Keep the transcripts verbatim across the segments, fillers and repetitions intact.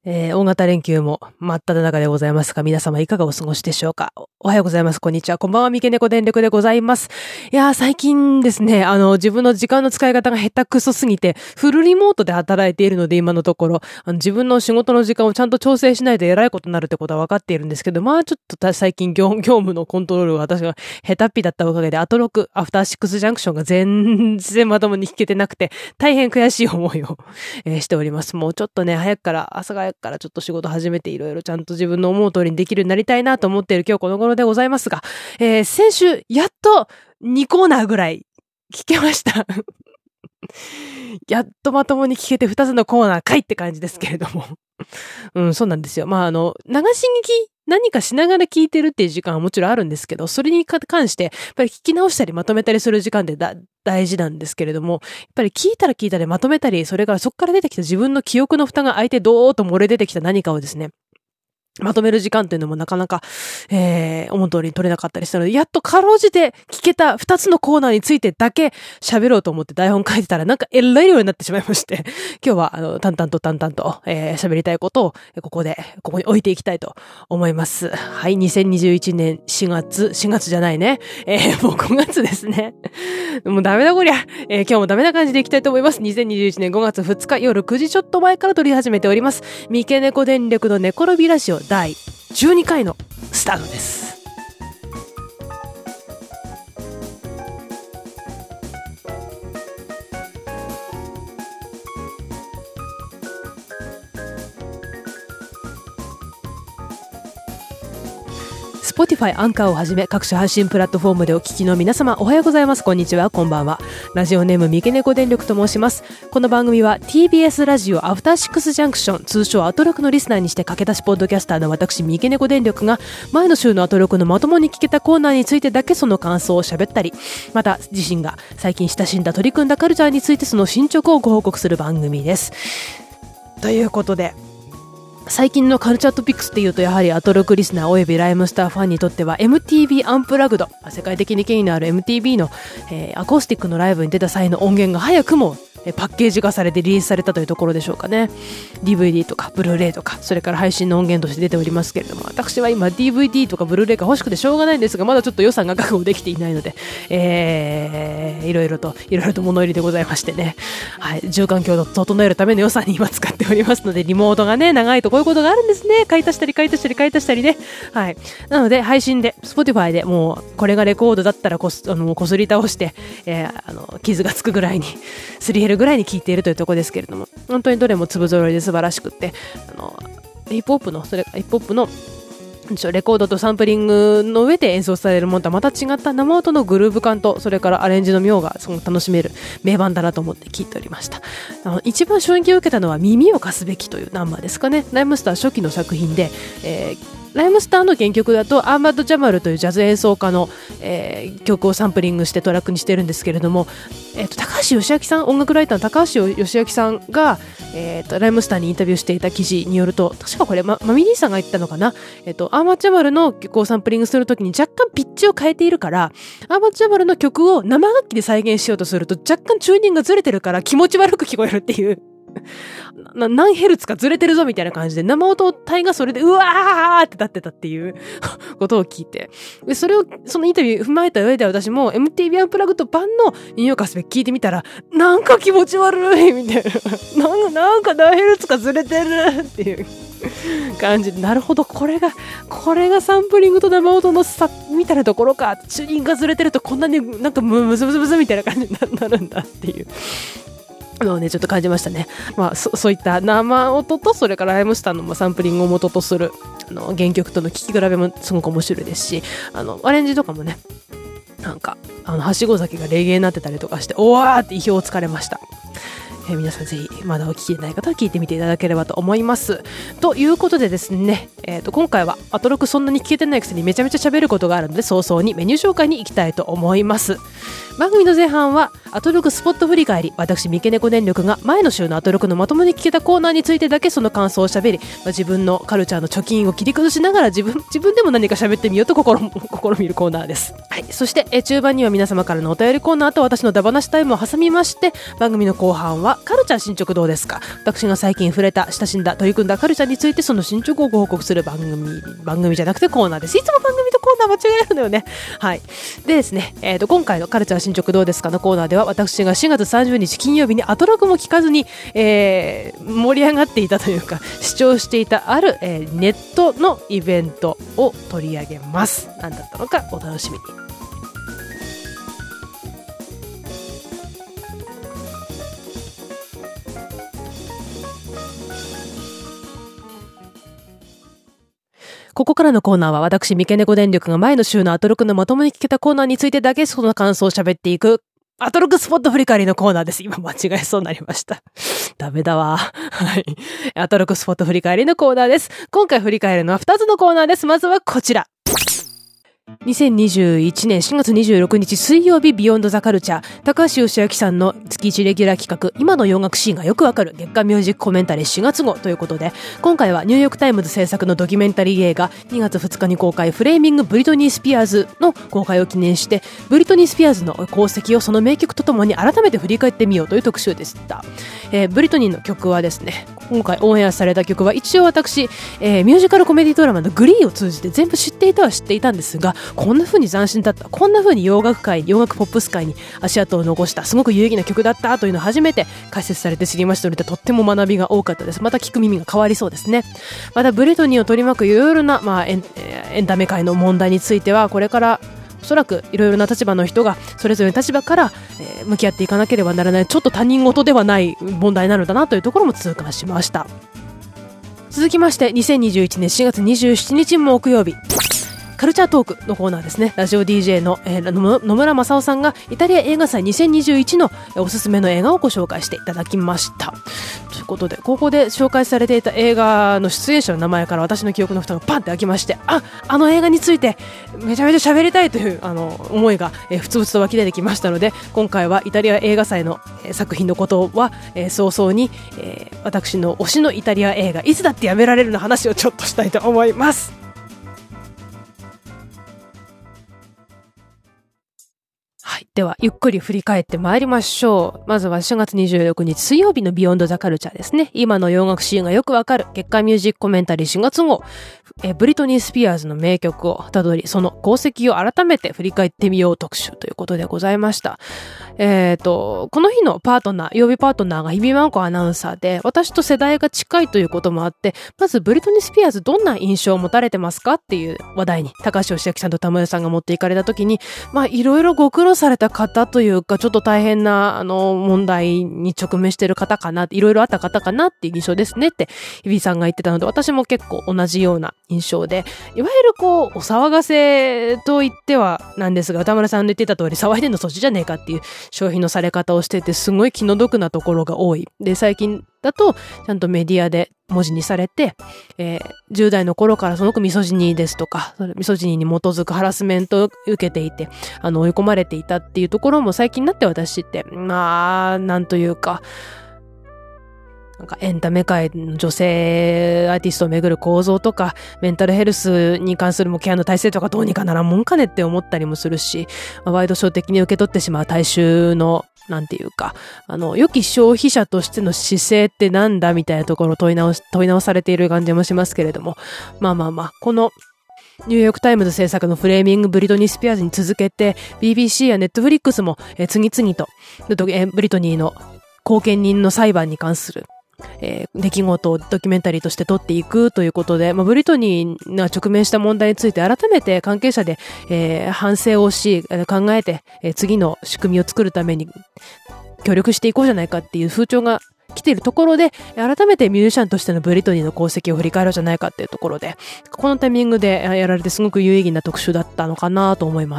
えー、大型連休も真っ只中でございますが、皆様いかがお過ごしでしょうか。おはようございます。こんにちは。こんばんは。三毛猫電力でございます。いやー、最近ですね、あの、自分の時間の使い方が下手くそすぎて、フルリモートで働いているので、今のところ、あの自分の仕事の時間をちゃんと調整しないと偉いことになるってことは分かっているんですけど、まあちょっと最近業、業務のコントロールが私が下手っぴだったおかげで、アトロク、アフターシックスジャンクションが全然まともに弾けてなくて、大変悔しい思いを、えー、しております。もうちょっとね、早くから、朝が早くからちょっと仕事始めていろいろちゃんと自分の思う通りにできるようになりたいなと思っている今日この頃でございますが、えー、先週やっとにコーナーぐらい聞けましたやっとまともに聞けてふたつのコーナーかいって感じですけれどもうん、そうなんですよ。まああの流し聞き何かしながら聞いてるっていう時間はもちろんあるんですけど、それに関してやっぱり聞き直したりまとめたりする時間ってだ大事なんですけれども、やっぱり聞いたら聞いたでまとめたり、それからそこから出てきた自分の記憶の蓋が開いてドーッと漏れ出てきた何かをですね、まとめる時間っていうのもなかなか、えー、思う通りに取れなかったりしたので、やっとかろうじて聞けたふたつのコーナーについてだけ喋ろうと思って台本書いてたらなんかえらい量になってしまいまして、今日はあの、淡々と淡々と、えー、喋りたいことをここで、ここに置いていきたいと思います。はい、にせんにじゅういちねんしがつ、しがつじゃないね。えー、もうごがつですね。もうダメだこりゃ。えー、今日もダメな感じでいきたいと思います。にせんにじゅういちねんごがつふつか夜くじちょっと前から撮り始めております。三毛猫電力の寝転びラジオだいじゅうにかいのスタートです。Spotify、アンカーをはじめ各種配信プラットフォームでお聞きの皆様、おはようございます。こんにちは、こんばんは。ラジオネーム三毛猫電力と申します。この番組は ティービーエス ラジオアフターシックスジャンクション、通称アトロクのリスナーにして駆け出しポッドキャスターの私三毛猫電力が前の週のアトロクのまともに聞けたコーナーについてだけその感想を喋ったり、また自身が最近親しんだ取り組んだカルチャーについてその進捗をご報告する番組です。ということで、最近のカルチャートピックスっていうとやはりアトロクリスナーおよびライムスターファンにとっては エムティービー アンプラグド、世界的に権威のある エムティービー の、えー、アコースティックのライブに出た際の音源が早くもパッケージ化されてリリースされたというところでしょうかね。 ディーブイディー とかブルーレイとか、それから配信の音源として出ておりますけれども、私は今 ディーブイディー とかブルーレイが欲しくてしょうがないんですが、まだちょっと予算が確保できていないので、えー、いろいろといろいろと物入りでございましてね、はい、住環境を整えるための予算に今使っておりますので、リモートがね長いとこういうことがあるんですね。買い足したり買い足したり買い足したりね。はい。なので配信で Spotify でもうこれがレコードだったらこす、あの、こすり倒して、えー、あの傷がつくぐらいにすり減るぐらいに聞いているというところですけれども、本当にどれも粒揃いで素晴らしくって、あのヒップホップのそれヒップホップのレコードとサンプリングの上で演奏されるものとはまた違った生音のグルーヴ感と、それからアレンジの妙がすごく楽しめる名盤だなと思って聴いておりました。あの一番衝撃を受けたのは耳を貸すべきというナンバーですかね。ライムスター初期の作品で、えーライムスターの原曲だとアーマッド・ジャマルというジャズ演奏家の、えー、曲をサンプリングしてトラックにしてるんですけれども、えー、と高橋義明さん、音楽ライターの高橋義明さんが、えー、とライムスターにインタビューしていた記事によると、確かこれ、ま、マミリーさんが言ったのかな、えー、とアーマッド・ジャマルの曲をサンプリングするときに若干ピッチを変えているから、アーマッド・ジャマルの曲を生楽器で再現しようとすると若干チューニングがずれてるから気持ち悪く聞こえるっていうな何ヘルツかずれてるぞみたいな感じで生音体がそれでうわーってなってたっていうことを聞いて、でそれをそのインタビュー踏まえた上で私も エムティービー アンプラグド版の耳を貸すべき聞いてみたら、なんか気持ち悪いみたいななんかなんか何ヘルツかずれてるっていう感じで、なるほど、これがこれがサンプリングと生音の差みたいなところか、チューニングがずれてるとこんなになんかムムズムズムズみたいな感じになるんだっていうのをねちょっと感じましたね。まあ そ, そういった生音と、それからライムスターのサンプリングを元とするあの原曲との聴き比べもすごく面白いですし、あのアレンジとかもね、なんかあのはしご酒がレゲエになってたりとかして、おわーって意表をつかれました。えー、皆さんぜひまだお聞きでない方は聞いてみていただければと思います。ということでですね、えー、と今回はアトロクそんなに聞けてないくせにめちゃめちゃ喋ることがあるので、早々にメニュー紹介に行きたいと思います。番組の前半はアトロクスポット振り返り、私三毛猫電力が前の週のアトロクのまともに聞けたコーナーについてだけその感想を喋り、まあ、自分のカルチャーの貯金を切り崩しながら自分自分でも何か喋ってみようと試試みるコーナーです。はい、そしてえ中盤には皆様からのお便りコーナーと私のダバなしタイムを挟みまして、番組の後半ははカルチャー進捗どうですか。私が最近触れた、親しんだ、取り組んだカルチャーについてその進捗をご報告する番組、番組じゃなくてコーナーです。いつも番組とコーナー間違えるのよね。はい。でですね、えっと、今回のカルチャー進捗どうですかのコーナーでは、私がしがつさんじゅうにち金曜日にアトロクも聞かずに、えー、盛り上がっていたというか、視聴していたある、えー、ネットのイベントを取り上げます。何だったのかお楽しみに。ここからのコーナーは私、三毛猫電力が前の週のアトロクのまともに聞けたコーナーについてだけその感想を喋っていくアトロクスポット振り返りのコーナーです。今間違えそうになりました。ダメだわ。はい。アトロクスポット振り返りのコーナーです。今回振り返るのはふたつのコーナーです。まずはこちら。にせんにじゅういちねんしがつにじゅうろくにち水曜日ビヨンドザカルチャー高橋義明さんの月いちレギュラー企画今の洋楽シーンがよくわかる月間ミュージックコメンタリーしがつ号ということで今回はニューヨークタイムズ制作のドキュメンタリー映画にがつふつかに公開フレーミングブリトニー・スピアーズの公開を記念してブリトニー・スピアーズの功績をその名曲とともに改めて振り返ってみようという特集でした、えー、ブリトニーの曲はですね今回オンエアされた曲は一応私、えー、ミュージカルコメディドラマのグリーを通じて全部知っていたは知っていたんですがこんな風に斬新だったこんな風に洋楽界洋楽ポップス界に足跡を残したすごく有意義な曲だったというのを初めて解説されて知りましたのでとっても学びが多かったです。また聞く耳が変わりそうですね。またブリトニーを取り巻くいろいろな、まあ、エン、エンタメ界の問題についてはこれからおそらくいろいろな立場の人がそれぞれの立場から、えー、向き合っていかなければならないちょっと他人事ではない問題なのだなというところも痛感しました。続きましてにせんにじゅういちねんしがつにじゅうしちにち木曜日カルチャートークのコーナーですね。ラジオ ディージェー の、えー、野村正夫さんがイタリア映画祭にせんにじゅういちのおすすめの映画をご紹介していただきましたということでここで紹介されていた映画の出演者の名前から私の記憶の蓋がパンって開きましてあ、あの映画についてめちゃめちゃ喋りたいというあの思いが、えー、ふつふつと湧き出てきましたので今回はイタリア映画祭の、えー、作品のことは、えー、早々に、えー、私の推しのイタリア映画いつだってやめられるの話をちょっとしたいと思います。はい。では、ゆっくり振り返ってまいりましょう。まずはしがつにじゅうろくにち水曜日のビヨンドザカルチャーですね。今の洋楽シーンがよくわかる月間ミュージックコメンタリーしがつ号。えブリトニー・スピアーズの名曲をたどり、その功績を改めて振り返ってみよう特集ということでございました。えっと、この日のパートナー、曜日パートナーが日比真央子アナウンサーで、私と世代が近いということもあって、まずブリトニー・スピアーズどんな印象を持たれてますかっていう話題に、高橋義明さんと玉代さんが持っていかれた時に、まあ、いろいろご苦労された方というか、ちょっと大変な、あの、問題に直面している方かな、いろいろあった方かなっていう印象ですねって、日比さんが言ってたので、私も結構同じような印象で、いわゆるこう、お騒がせと言ってはなんですが、歌村さんの言ってた通り、騒いでんのそっちじゃねえかっていう消費のされ方をしてて、すごい気の毒なところが多い。で、最近だと、ちゃんとメディアで文字にされて、えー、じゅう代の頃からすごくミソジニーですとか、ミソジニーに基づくハラスメントを受けていて、あの、追い込まれていたっていうところも最近になって私って、まあ、なんというか、なんかエンタメ界の女性アーティストをめぐる構造とかメンタルヘルスに関するもケアの体制とかどうにかならんもんかねって思ったりもするし、まあ、ワイドショー的に受け取ってしまう大衆のなんていうかあの良き消費者としての姿勢ってなんだみたいなところを問い直し問い直されている感じもしますけれども、まあまあまあこのニューヨークタイムズ制作のフレーミングブリトニー・スピアーズに続けて ビービーシー やネットフリックスもえ次々とえブリトニーの後見人の裁判に関するえー、出来事をドキュメンタリーとして撮っていくということで、まあ、ブリトニーが直面した問題について改めて関係者で、えー、反省をし考えて、えー、次の仕組みを作るために協力していこうじゃないかっていう風潮が来ているところで改めてミュージシャンとしてのブリトニーの功績を振り返ろうじゃないかっていうところでこのタイミングでやられてすごく有意義な特集だったのかなと思います。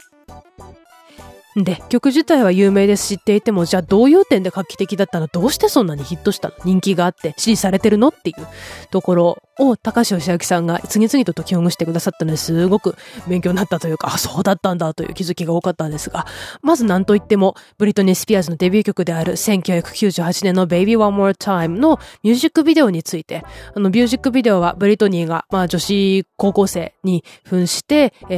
で、曲自体は有名です知っていても、じゃあどういう点で画期的だったの？どうしてそんなにヒットしたの？人気があって支持されてるの？っていうところを高橋義明さんが次々と解きほぐしてくださったのですごく勉強になったというか、あ、そうだったんだという気づきが多かったんですが、まず何といってもブリトニー・スピアーズのデビュー曲であるせんきゅうひゃくきゅうじゅうはちねんの Baby One More Time のミュージックビデオについて、あのミュージックビデオはブリトニーがまあ女子高校生に扮して、えー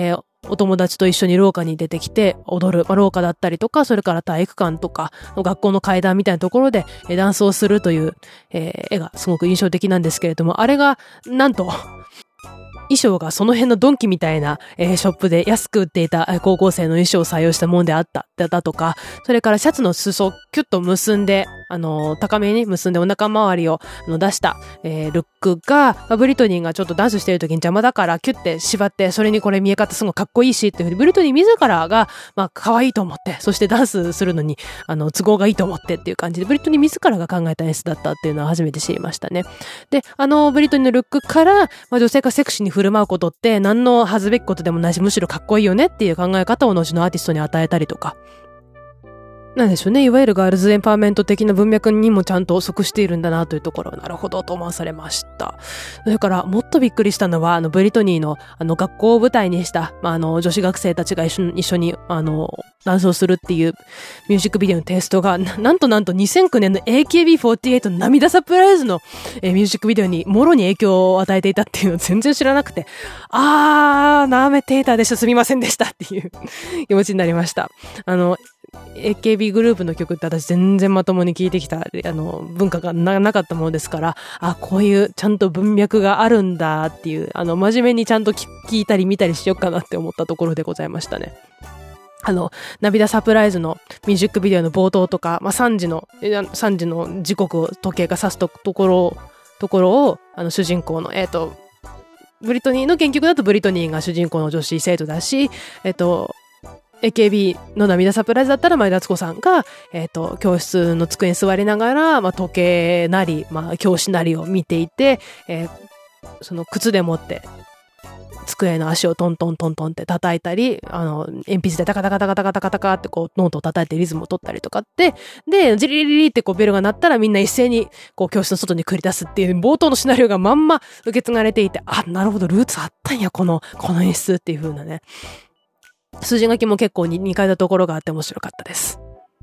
お友達と一緒に廊下に出てきて踊る、まあ、廊下だったりとか、それから体育館とか学校の階段みたいなところでダンスをするという、えー、絵がすごく印象的なんですけれども、あれがなんと衣装がその辺のドンキみたいな、えー、ショップで安く売っていた高校生の衣装を採用したものであっただとか、それからシャツの裾をキュッと結んで、あのー、高めに結んでお腹周りをあの出した、えー、ルックが、まあ、ブリトニーがちょっとダンスしてる時に邪魔だからキュッて縛って、それにこれ見え方すごいかっこいいしっていうふうにブリトニー自らが、まあ可愛いと思って、そしてダンスするのにあの都合がいいと思ってっていう感じで、ブリトニー自らが考えた演出だったっていうのは初めて知りましたね。で、あのブリトニーのルックから、まあ、女性がセクシーに振る舞うことって何の恥ずべきことでもないし、むしろかっこいいよねっていう考え方を後のアーティストに与えたりとか、なんでしょうね。いわゆるガールズエンパワーメント的な文脈にもちゃんと即しているんだなというところはなるほどと思わされました。それからもっとびっくりしたのは、あのブリトニーのあの学校を舞台にした、まあ、あの女子学生たちが一緒に、一緒にあのダンスをするっていうミュージックビデオのテイストが、な、なんとなんとにせんきゅうねんの エーケービーフォーティーエイト の涙サプライズの、えー、ミュージックビデオにもろに影響を与えていたっていうのを全然知らなくて、あー、舐めていたでした。すみませんでしたっていう気持ちになりました。あの、エーケービー グループの曲って私全然まともに聴いてきたあの文化が な, なかったものですから、あ、こういうちゃんと文脈があるんだっていう、あの真面目にちゃんと聴いたり見たりしようかなって思ったところでございましたね。あの涙サプライズのミュージックビデオの冒頭とか、まあ、さんじのさんじの時刻を時計が指すところところをあの主人公のえっ、ー、とブリトニーの原曲だとブリトニーが主人公の女子生徒だし、えっ、ー、とエーケービー の涙サプライズだったら前田敦子さんが、えっと、教室の机に座りながら、まあ、時計なり、まあ、教師なりを見ていて、えー、その靴でもって机の足をトントントントンって叩いたり、あの、鉛筆でタカタカタカタカタカタカってこうノートを叩いてリズムを取ったりとかって、で、ジリリリってこうベルが鳴ったらみんな一斉にこう教室の外に繰り出すっていう冒頭のシナリオがまんま受け継がれていて、あ、なるほど、ルーツあったんや、この、この演出っていう風なね。筋書きも結構ににかいたところがあって面白かったです。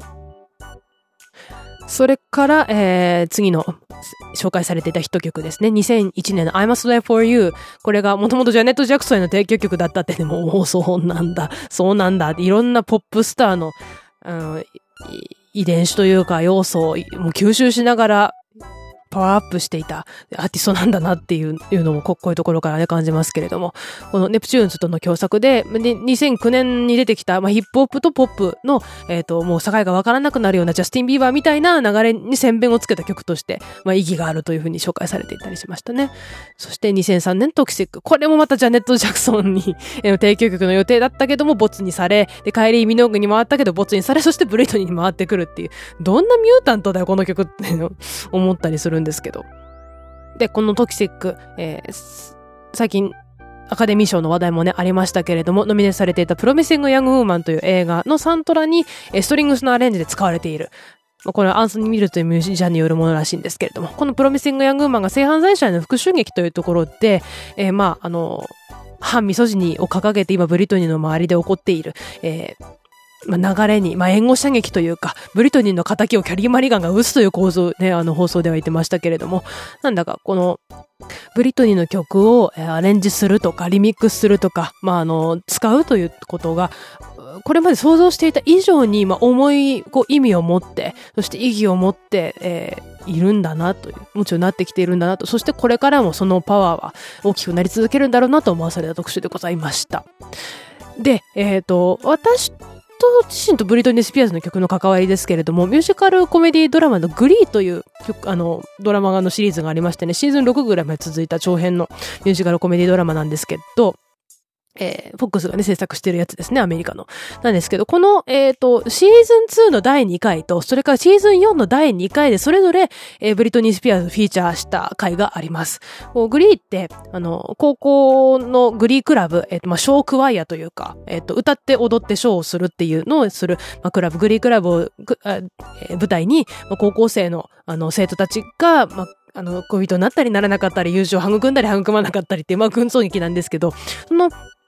それから、えー、次の紹介されていたヒット曲ですね。にせんいちねんの I Must Die For You。これがもともとジャネット・ジャクソンへの提供曲だったってでも、おー、そうなんだ、そうなんだ。いろんなポップスターの、うん、遺伝子というか要素をもう吸収しながら、パワーアップしていたアーティストなんだなっていうのもこういうところからね感じますけれども、このネプチューンズとの共作でにせんきゅうねんに出てきた、まあ、ヒップホップとポップの、えっと、もう境がわからなくなるようなジャスティン・ビーバーみたいな流れに先鞭をつけた曲として、まあ、意義があるというふうに紹介されていたりしましたね。そしてにせんさんねんトキシック。これもまたジャネット・ジャクソンに提供曲の予定だったけどもボツにされ、でカイリー・ミノーグに回ったけどボツにされ、そしてブリトニーに回ってくるっていう、どんなミュータントだよこの曲って思ったりするんですけど。で、このトキシック、えー、最近アカデミー賞の話題もねありましたけれども、ノミネートされていたプロミシング・ヤング・ウーマンという映画のサントラに、えー、ストリングスのアレンジで使われている。これはアンソニー・ミルというミュージシャンによるものらしいんですけれども、このプロミシング・ヤング・ウーマンが性犯罪者への復讐劇というところで、えー、まあ、あの、反ミソジニーを掲げて今ブリトニーの周りで起こっている、えーまあ、流れに、まあ、援護射撃というか、ブリトニーの仇をキャリー・マリガンが撃つという構造ね、あの放送では言ってましたけれども、なんだかこの、ブリトニーの曲をアレンジするとか、リミックスするとか、まあ、あの、使うということが、これまで想像していた以上に、まあ、重いこう意味を持って、そして意義を持って、えー、いるんだなという、もちろんなってきているんだなと、そしてこれからもそのパワーは大きくなり続けるんだろうなと思わされた特集でございました。で、えっと、私、自身とブリトニー・スピアーズの曲の関わりですけれども、ミュージカルコメディドラマのグリーという曲、あのドラマのシリーズがありましてね、シーズンろくぐらいまで続いた長編のミュージカルコメディドラマなんですけど、えー、フォックスがね、制作してるやつですね、アメリカの。なんですけど、この、えっと、シーズンツーのだいにかいと、それからシーズンよんのだいにかいで、それぞれ、えー、ブリトニー・スピアーズフィーチャーした回があります。グリーって、あの、高校のグリークラブ、えっと、まあ、ショークワイアというか、えっと、歌って踊ってショーをするっていうのをする、まあ、クラブ、グリークラブを、えー、舞台に、まあ、高校生の、あの、生徒たちが、まあ、あの、恋人になったりならなかったり、友情を育んだり育まなかったりっていう、まあ、群像劇なんですけど、その、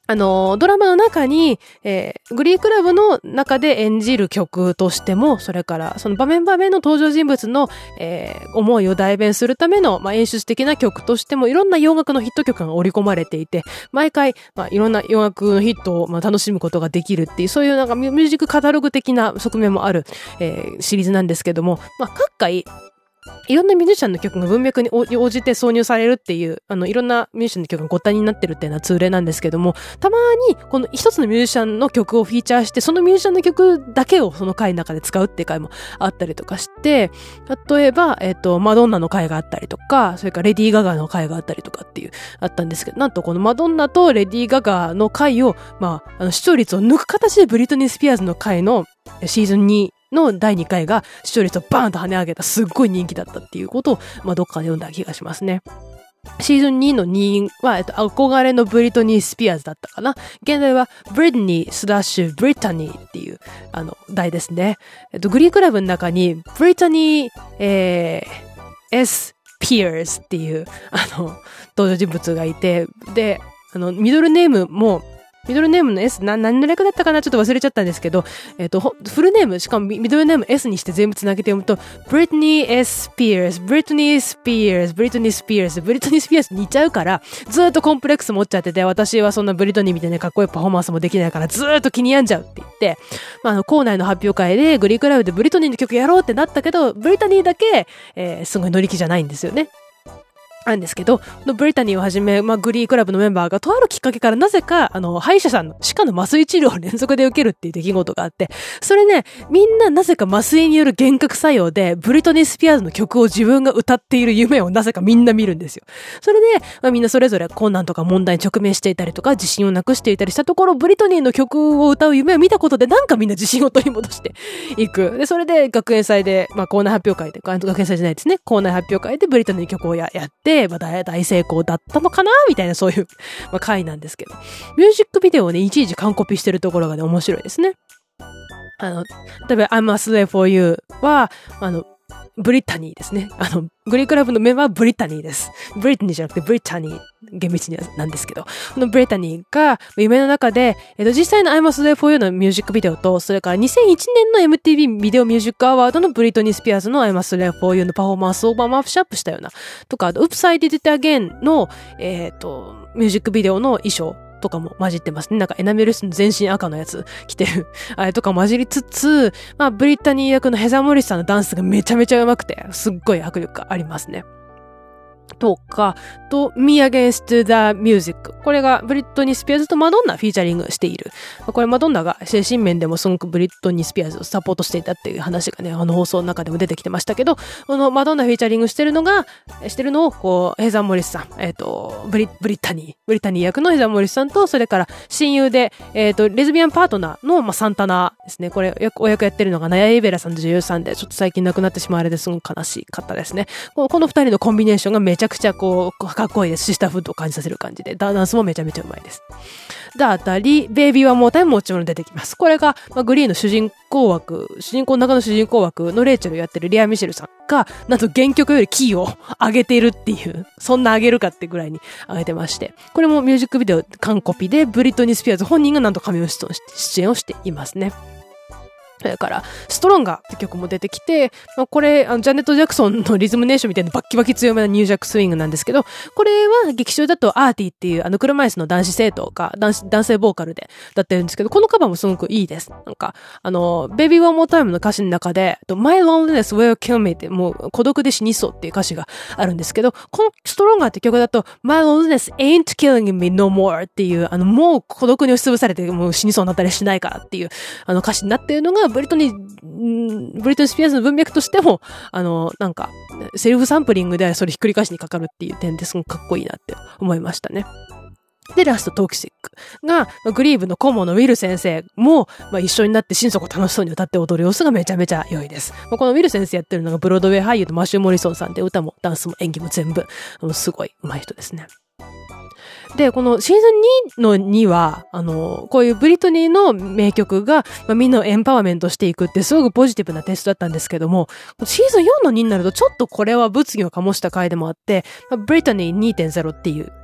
あの、ドラマの中に、えー、グリークラブの中で演じる曲としても、それから、その場面場面の登場人物の、えー、思いを代弁するための、まあ、演出的な曲としても、いろんな洋楽のヒット曲が織り込まれていて、毎回、まあ、いろんな洋楽のヒットを、まあ、楽しむことができるっていう、そういうなんかミュージックカタログ的な側面もある、えー、シリーズなんですけども、まあ、各回、いろんなミュージシャンの曲が文脈に応じて挿入されるっていう、あの、いろんなミュージシャンの曲がご体になってるっていうのは通例なんですけども、たまにこの一つのミュージシャンの曲をフィーチャーして、そのミュージシャンの曲だけをその回の中で使うっていう回もあったりとかして、例えば、えっと、マドンナの回があったりとか、それからレディー・ガガの回があったりとかっていう、あったんですけど、なんとこのマドンナとレディー・ガガの回を、まあ、あの、視聴率を抜く形でブリトニー・スピアーズの回のシーズンにのだいにかいが視聴率をバーンと跳ね上げたすっごい人気だったっていうことを、まあ、どっかで読んだ気がしますね。シーズンにのには、えっと、憧れのブリトニー・スピアーズだったかな。現在は、ブリトニースラッシュブリタニーっていう、あの、題ですね。えっと、グリークラブの中に、ブリタニー、えー、S. ピアーズっていう、あの、登場人物がいて、で、あの、ミドルネームも、ミドルネームの S、な、何の略だったかなちょっと忘れちゃったんですけど、えっと、フルネーム、しかもミドルネーム S にして全部つなげて読むと、Britney S. Spears、Britney Spears、Britney Spears、Britney Spears に似ちゃうから、ずーっとコンプレックス持っちゃってて、私はそんなブリトニーみたいなかっこいいパフォーマンスもできないから、ずーっと気に病んじゃうって言って、まあ、あの、校内の発表会でグリークラブでブリトニーの曲やろうってなったけど、ブリトニーだけ、えー、すごい乗り気じゃないんですよね。なんですけど、ブリタニーをはじめ、まあ、グリークラブのメンバーがとあるきっかけからなぜか、あの、歯医者さんの歯科の麻酔治療を連続で受けるっていう出来事があって、それね、みんななぜか麻酔による幻覚作用で、ブリトニー・スピアーズの曲を自分が歌っている夢をなぜかみんな見るんですよ。それで、まあ、みんなそれぞれ困難とか問題に直面していたりとか、自信をなくしていたりしたところ、ブリトニーの曲を歌う夢を見たことで、なんかみんな自信を取り戻していく。で、それで学園祭で、まあ、校内発表会で、学園祭じゃないですね、校内発表会でブリトニーの曲を や, やって、まあ、大大成功だったのかなみたいなそういう、まあ、回なんですけど。ミュージックビデオをね、いちいち完コピしてるところがね、面白いですね。あの、例えば I'm a slave for you は、あの、ブリタニーですね。あの、グリークラブのメンバーはブリタニーです。ブリタニーじゃなくてブリタニー、厳密にはなんですけど、このブリタニーが夢の中で、えっと、実際の I'm a slave for you のミュージックビデオと、それからにせんいちねんの エムティービー ビデオミュージックアワードのブリトニー・スピアーズの I'm a slave for you のパフォーマンスをマップシャップしたような、とか、あと、Oops, I Did It Again の、えっと、ミュージックビデオの衣装、とかも混じってますね。なんかエナメル質の全身赤のやつ着てる。あれとか混じりつつ、まあブリタニー役のヘザー・モリスさんのダンスがめちゃめちゃ上手くて、すっごい迫力がありますね。とか、と、Me Against the Music。これがブリトニー・スピアーズとマドンナフィーチャリングしている。これマドンナが精神面でもすごくブリトニー・スピアーズをサポートしていたっていう話がね、あの放送の中でも出てきてましたけど、このマドンナフィーチャリングしてるのが、してるのを、こう、ヘザー・モリスさん、えっと、ブリ、ブリタニー、ブリタニー役のヘザー・モリスさんと、それから親友で、えっと、レズビアンパートナーの、まあ、サンタナですね。これ、お役やってるのがナヤ・イベラさんと女優さんで、ちょっと最近亡くなってしまわれてすごく悲しかったですね。この、この二人のコンビネーションがめちゃくちゃこう、かっこいいです。シスターフッドを感じさせる感じで、ダンスもめちゃめちゃうまいです。だったり、ベイビーはモータイムもちろん出てきます。これが、まあ、グリーの主人公枠、主人公の中の主人公枠のレイチェルをやってるリア・ミシェルさんが、なんと原曲よりキーを上げているっていう、そんな上げるかってぐらいに上げてまして、これもミュージックビデオ完コピで、ブリトニー・スピアーズ本人がなんと神尾出演をしていますね。それから、ストロンガーって曲も出てきて、まあ、これ、あの、ジャネット・ジャクソンのリズムネーションみたいなバッキバキ強めなニュージャックスイングなんですけど、これは劇中だとアーティっていうあの車椅子の男子生徒が男子、男性ボーカルで歌ってるんですけど、このカバーもすごくいいです。なんか、あの、Baby One More Time の歌詞の中で、My Loneliness Will Kill Me ってもう孤独で死にそうっていう歌詞があるんですけど、このストロンガーって曲だと My Loneliness Ain't Killing Me No More っていう、あの、もう孤独に押しつぶされてもう死にそうになったりしないからっていうあの歌詞になっているのが、ブリトニー、ブリトニー・スピアーズの文脈としても、あの、なんか、セルフサンプリングでそれひっくり返しにかかるっていう点ですごくかっこいいなって思いましたね。で、ラスト、トーキシックが、グリーブの顧問のウィル先生も、まあ、一緒になって心底楽しそうに歌って踊る様子がめちゃめちゃ良いです。まあ、このウィル先生やってるのがブロードウェイ俳優のマシュー・モリソンさんで、歌もダンスも演技も全部、すごい上手い人ですね。で、このシーズンにのには、あの、こういうブリトニーの名曲が、まあ、みんなをエンパワーメントしていくってすごくポジティブなテストだったんですけども、シーズンよんのにになるとちょっとこれは物議を醸した回でもあって、まあ、ブリトニー にてんゼロ っていう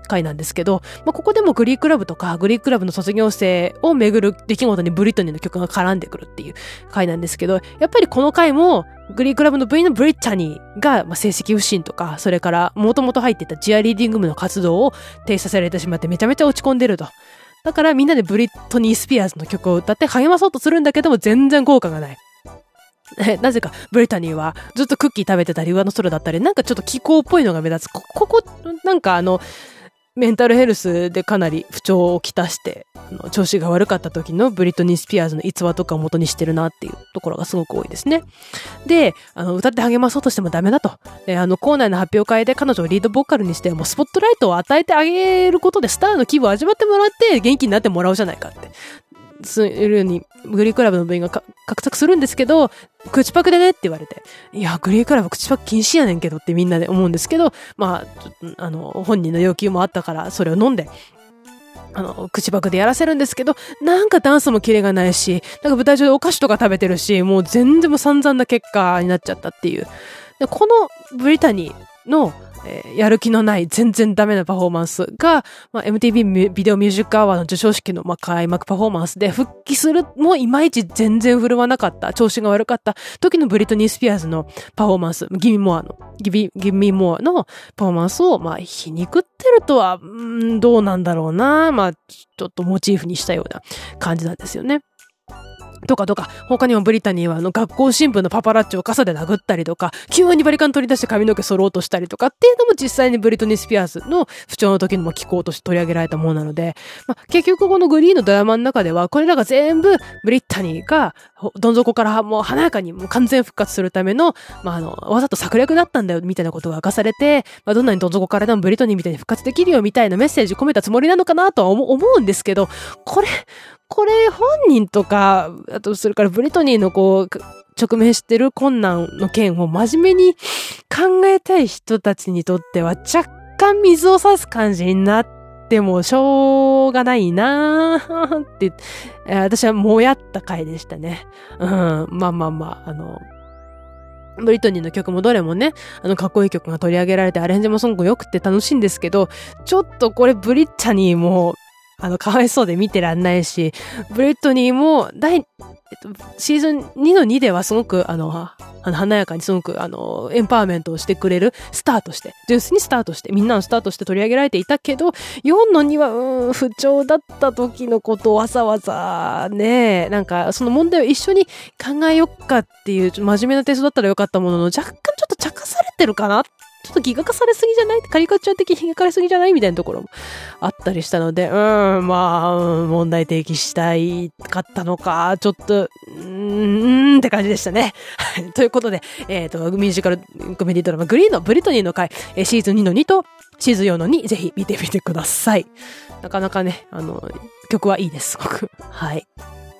回なんですけど、まあ、ここでもグリークラブとかグリークラブの卒業生をめぐる出来事にブリトニーの曲が絡んでくるっていう回なんですけど、やっぱりこの回もグリークラブの部員のブリッタニーが、まあ、成績不振とか、それからもともと入っていたチアリーディング部の活動を停止させられてしまってめちゃめちゃ落ち込んでると。だからみんなでブリトニー・スピアーズの曲を歌って励まそうとするんだけども全然効果がない。なぜかブリタニーはずっとクッキー食べてたり上の空だったり、なんかちょっと気候っぽいのが目立つ。こここなんかあのメンタルヘルスでかなり不調をきたして、あの調子が悪かった時のブリトニー・スピアーズの逸話とかを元にしてるなっていうところがすごく多いですね。で、あの歌って励まそうとしてもダメだと。で、あの校内の発表会で彼女をリードボーカルにしてもうスポットライトを与えてあげることでスターの気分を味わってもらって元気になってもらおうじゃないかって。そういうようにグリークラブの部員が画策するんですけど、口パクでねって言われて、いやグリークラブ口パク禁止やねんけどってみんなで思うんですけど、まああの本人の要求もあったからそれを飲んであの口パクでやらせるんですけど、なんかダンスもキレがないし、なんか舞台上でお菓子とか食べてるし、もう全然も散々な結果になっちゃったっていう。でこのブリタニーのえー、やる気のない全然ダメなパフォーマンスが、まあ、エムティーブイ ビデオミュージックアワーの授賞式の、まあ、開幕パフォーマンスで復帰するもいまいち全然振るわなかった、調子が悪かった時のブリトニー・スピアーズのパフォーマンス、ギミモアの、ギビ、ギミモアのパフォーマンスを、まあ、皮肉ってるとは、んーどうなんだろうな、まあ、ちょっとモチーフにしたような感じなんですよね。とかとか、他にもブリタニーはあの学校新聞のパパラッチを傘で殴ったりとか、急にバリカン取り出して髪の毛剃ろうとしたりとかっていうのも実際にブリトニー・スピアーズの不調の時の気候として取り上げられたものなので、まあ、結局このグリーンのドラマの中では、これらが全部ブリタニーがどん底からもう華やかにもう完全復活するための、まあ、あの、わざと策略だったんだよみたいなことが明かされて、まあ、どんなにどん底からでもブリトニーみたいに復活できるよみたいなメッセージ込めたつもりなのかなとは思うんですけど、これ、これ本人とか、あとそれからブリトニーのこう、直面してる困難の件を真面目に考えたい人たちにとっては若干水を差す感じになってもしょうがないなーって、私はもやった回でしたね。うん、まあまあまあ、あの、ブリトニーの曲もどれもね、あのかっこいい曲が取り上げられてアレンジもすごく良くて楽しいんですけど、ちょっとこれブリタニーもあの、かわいそうで見てらんないし、ブリトニーも、第、えっと、シーズンにのにではすごく、あの、あの華やかにすごく、あの、エンパワーメントをしてくれるスターとして、純粋にスターとして、みんなのスターとして取り上げられていたけど、よんのには、うーん、不調だった時のことをわざわざ、ね、なんか、その問題を一緒に考えよっかっていう、真面目なテストだったらよかったものの、若干ちょっと茶化されてるかなちょっとギガ化されすぎじゃないカリカチュア的にギガ化されすぎじゃないみたいなところもあったりしたので、うーん、まあ、うん、問題提起したいかったのか、ちょっと、うーんって感じでしたね。ということで、えっと、ミュージカルコメディドラマグリーンのブリトニーの回、シーズンにのにとシーズンよんのにぜひ見てみてください。なかなかね、あの、曲はいいです、すごく。はい。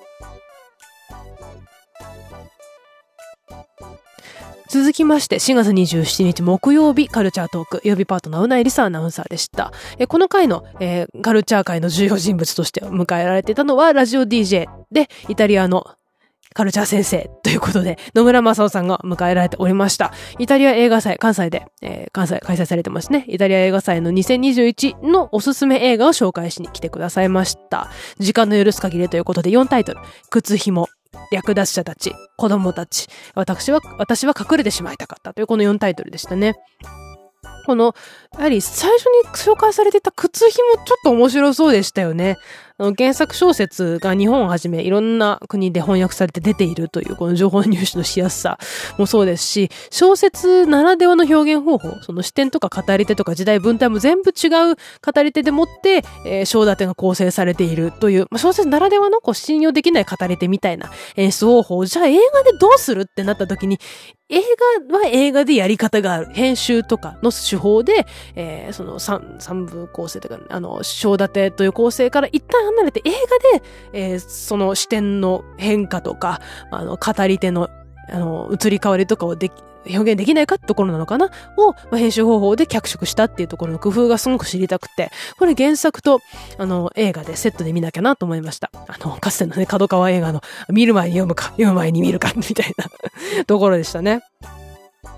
続きましてしがつにじゅうしちにち木曜日カルチャートーク、曜日パートナーうないりさアナウンサーでした。えこの回の、えー、カルチャー界の重要人物として迎えられていたのはラジオ ディージェー でイタリアのカルチャー先生ということで野村正夫さんが迎えられておりました。イタリア映画祭、関西で、えー、関西開催されてますね。イタリア映画祭のにせんにじゅういちのおすすめ映画を紹介しに来てくださいました。時間の許す限りということでよんタイトル、靴紐、略奪者たち、子供たち、私は、私は隠れてしまいたかったというこのよんタイトルでしたね。この、やはり最初に紹介されてた靴紐ちょっと面白そうでしたよね。あの原作小説が日本をはじめいろんな国で翻訳されて出ているというこの情報入手のしやすさもそうですし、小説ならではの表現方法、その視点とか語り手とか時代文体も全部違う語り手でもって、えー、章立てが構成されているという、まあ、小説ならではのこう信用できない語り手みたいな演出方法、じゃあ映画でどうするってなった時に、映画は映画でやり方がある。編集とかの手法で、えー、その三、三部構成というか、あの、章立てという構成から一旦離れて映画で、えー、その視点の変化とか、あの、語り手の、あの、移り変わりとかをでき、表現できないかってところなのかなを、まあ、編集方法で脚色したっていうところの工夫がすごく知りたくて、これ原作と、あの、映画でセットで見なきゃなと思いました。あの、かつてのね、角川映画の見る前に読むか、読む前に見るか、みたいなところでしたね。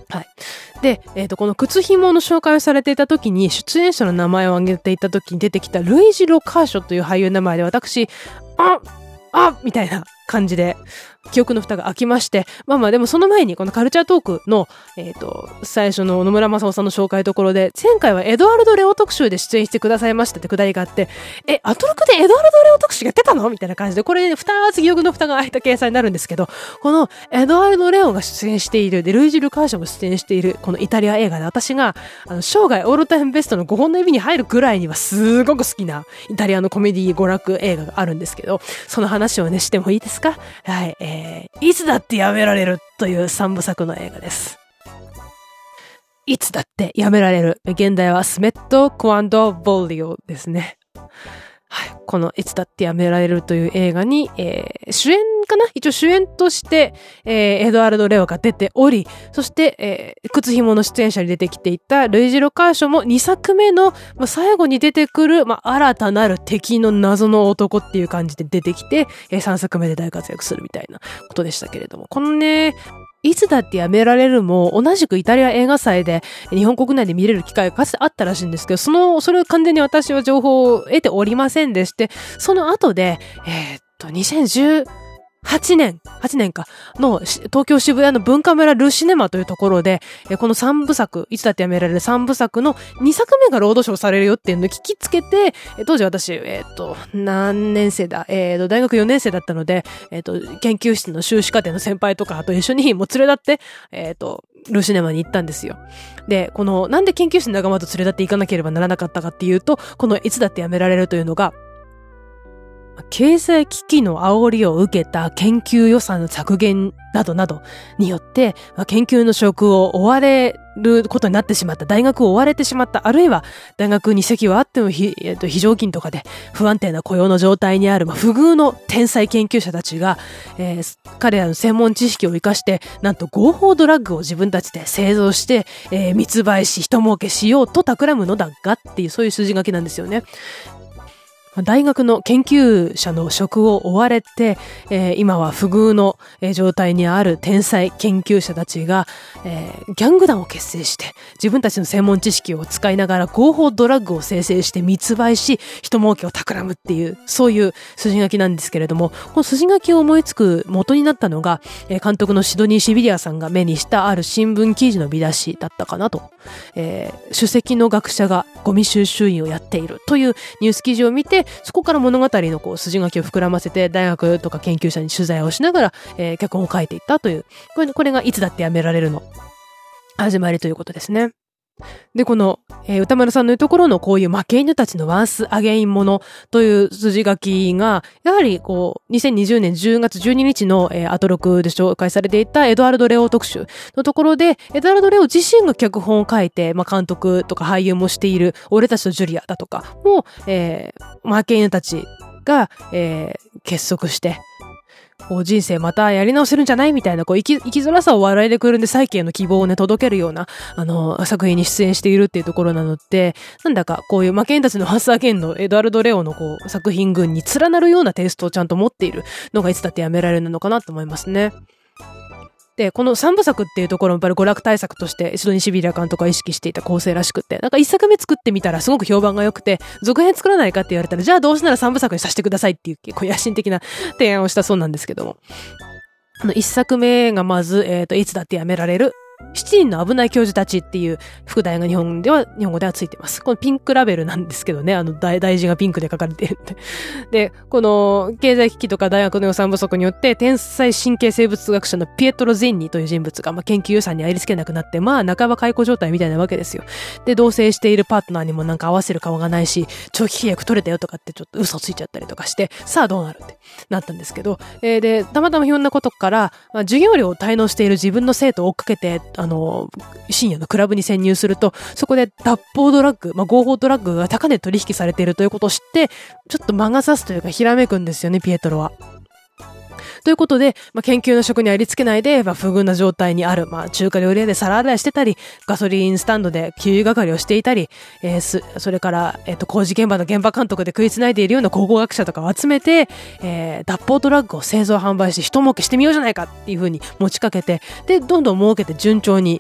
はい。で、えっと、この靴紐の紹介をされていた時に、出演者の名前を挙げていた時に出てきたルイージ・ロカーショという俳優の名前で、私、ああみたいな感じで、記憶の蓋が開きまして、まあまあでもその前にこのカルチャートークの、えっと、最初の野村正夫さんの紹介ところで、前回はエドワルド・レオ特集で出演してくださいましたってくだりがあって、え、アトロクでエドワルド・レオ特集やってたのみたいな感じで、これ二つ記憶の蓋が開いた掲載になるんですけど、このエドワルド・レオが出演している、で、ルイージ・ルカーショも出演している、このイタリア映画で私が、あの、生涯オールタイムベストのごほんの指に入るぐらいにはすごく好きなイタリアのコメディ娯楽映画があるんですけど、その話をね、してもいいですか？はい、えー、いつだってやめられるという三部作の映画です。いつだってやめられる。現代はスメット・クワンド・ボリオですね。はい。このいつだってやめられるという映画に、えー、主演かな一応主演として、えー、エドワルド・レオが出ており、そして、えー、靴紐の出演者に出てきていたルイージ・ロカーショもにさくめの、まあ、最後に出てくる、まあ、新たなる敵の謎の男っていう感じで出てきて、えー、さんさくめで大活躍するみたいなことでしたけれども、このね、いつだってやめられるも同じくイタリア映画祭で日本国内で見れる機会がかつてあったらしいんですけど、その、それを完全に私は情報を得ておりませんでして、その後で、えー、っと、にせんじゅうはちねん、はちねんかの東京渋谷の文化村ルシネマというところで、このさんぶさく、いつだってやめられるさんぶさくのにさくめがロードショーされるよっていうのを聞きつけて、当時私、えっと、何年生だえっと、大学よねん生だったので、えっと、研究室の修士課程の先輩とかと一緒にもう連れ立って、えっと、ルシネマに行ったんですよ。で、この、なんで研究室の仲間と連れ立って行かなければならなかったかっていうと、このいつだってやめられるというのが、経済危機の煽りを受けた研究予算の削減などなどによって、研究の職を追われることになってしまった、大学を追われてしまった、あるいは大学に籍はあっても非、えっと、非常勤とかで不安定な雇用の状態にある、まあ、不遇の天才研究者たちが、えー、彼らの専門知識を生かして、なんと合法ドラッグを自分たちで製造して、えー、密売し、人儲けしようと企むのだがっていう、そういう筋書きなんですよね。大学の研究者の職を追われて、えー、今は不遇の、えー、状態にある天才研究者たちが、えー、ギャング団を結成して自分たちの専門知識を使いながら合法ドラッグを生成して密売し人儲けを企むっていうそういう筋書きなんですけれども、この筋書きを思いつく元になったのが、えー、監督のシドニー・シビリアさんが目にしたある新聞記事の見出しだったかなと、えー、首席の学者がゴミ収集員をやっているというニュース記事を見て、そこから物語のこう筋書きを膨らませて大学とか研究者に取材をしながら、えー、脚本を書いていったという、これ、これがいつだってやめられるの始まりということですね。で、この、えー、歌丸さんの言うところのこういう負け犬たちのワンスアゲインものという筋書きが、やはりこう、にせんにじゅうねんじゅうがつじゅうににちの、えー、アトロクで紹介されていたエドワルド・レオ特集のところで、エドワルド・レオ自身が脚本を書いて、まあ、監督とか俳優もしている、俺たちとジュリアだとかも、えー、負け犬たちが、えー、結束して、こう人生またやり直せるんじゃないみたいな、こう生き、生きづらさを笑いでくるんで再起への希望をね、届けるような、あの、作品に出演しているっていうところなので、なんだかこういう魔剣たちのハッサー剣のエドワルド・レオのこう、作品群に連なるようなテイストをちゃんと持っているのがいつだってやめられるのかなと思いますね。で、この三部作っていうところもやっぱり娯楽対策としてシドニー・シビリア監督が意識していた構成らしくって、なんか一作目作ってみたらすごく評判が良くて、続編作らないかって言われたら、じゃあどうせなら三部作にさせてくださいっていう、こう野心的な提案をしたそうなんですけども。あの、一作目がまず、えっと、いつだってやめられる。七人の危ない教授たちっていう副題が日本では、日本語ではついてます。このピンクラベルなんですけどね、あの大、大字がピンクで書かれているって。で、この経済危機とか大学の予算不足によって天才神経生物学者のピエトロ・ゼンニという人物が、まあ、研究予算にありつけなくなって、まあ半ば解雇状態みたいなわけですよ。で、同棲しているパートナーにもなんか合わせる顔がないし、長期契約取れたよとかってちょっと嘘ついちゃったりとかして、さあどうなるってなったんですけど、えー、で、たまたまひょんなことから、まあ、授業料を滞納している自分の生徒を追っかけて、あの、深夜のクラブに潜入すると、そこで脱法ドラッグ、まあ、合法ドラッグが高値で取引されているということを知って、ちょっと魔が差すというか、ひらめくんですよね、ピエトロは。ということで、まあ、研究の職にありつけないで、まあ、不遇な状態にある、まあ、中華料理屋で皿洗いしてたり、ガソリンスタンドで給油係をしていたり、えー、す、それから、えっと、工事現場の現場監督で食いつないでいるような考古学者とかを集めて、えー、脱法ドラッグを製造販売して人儲けしてみようじゃないかっていう風に持ちかけて、で、どんどん儲けて順調に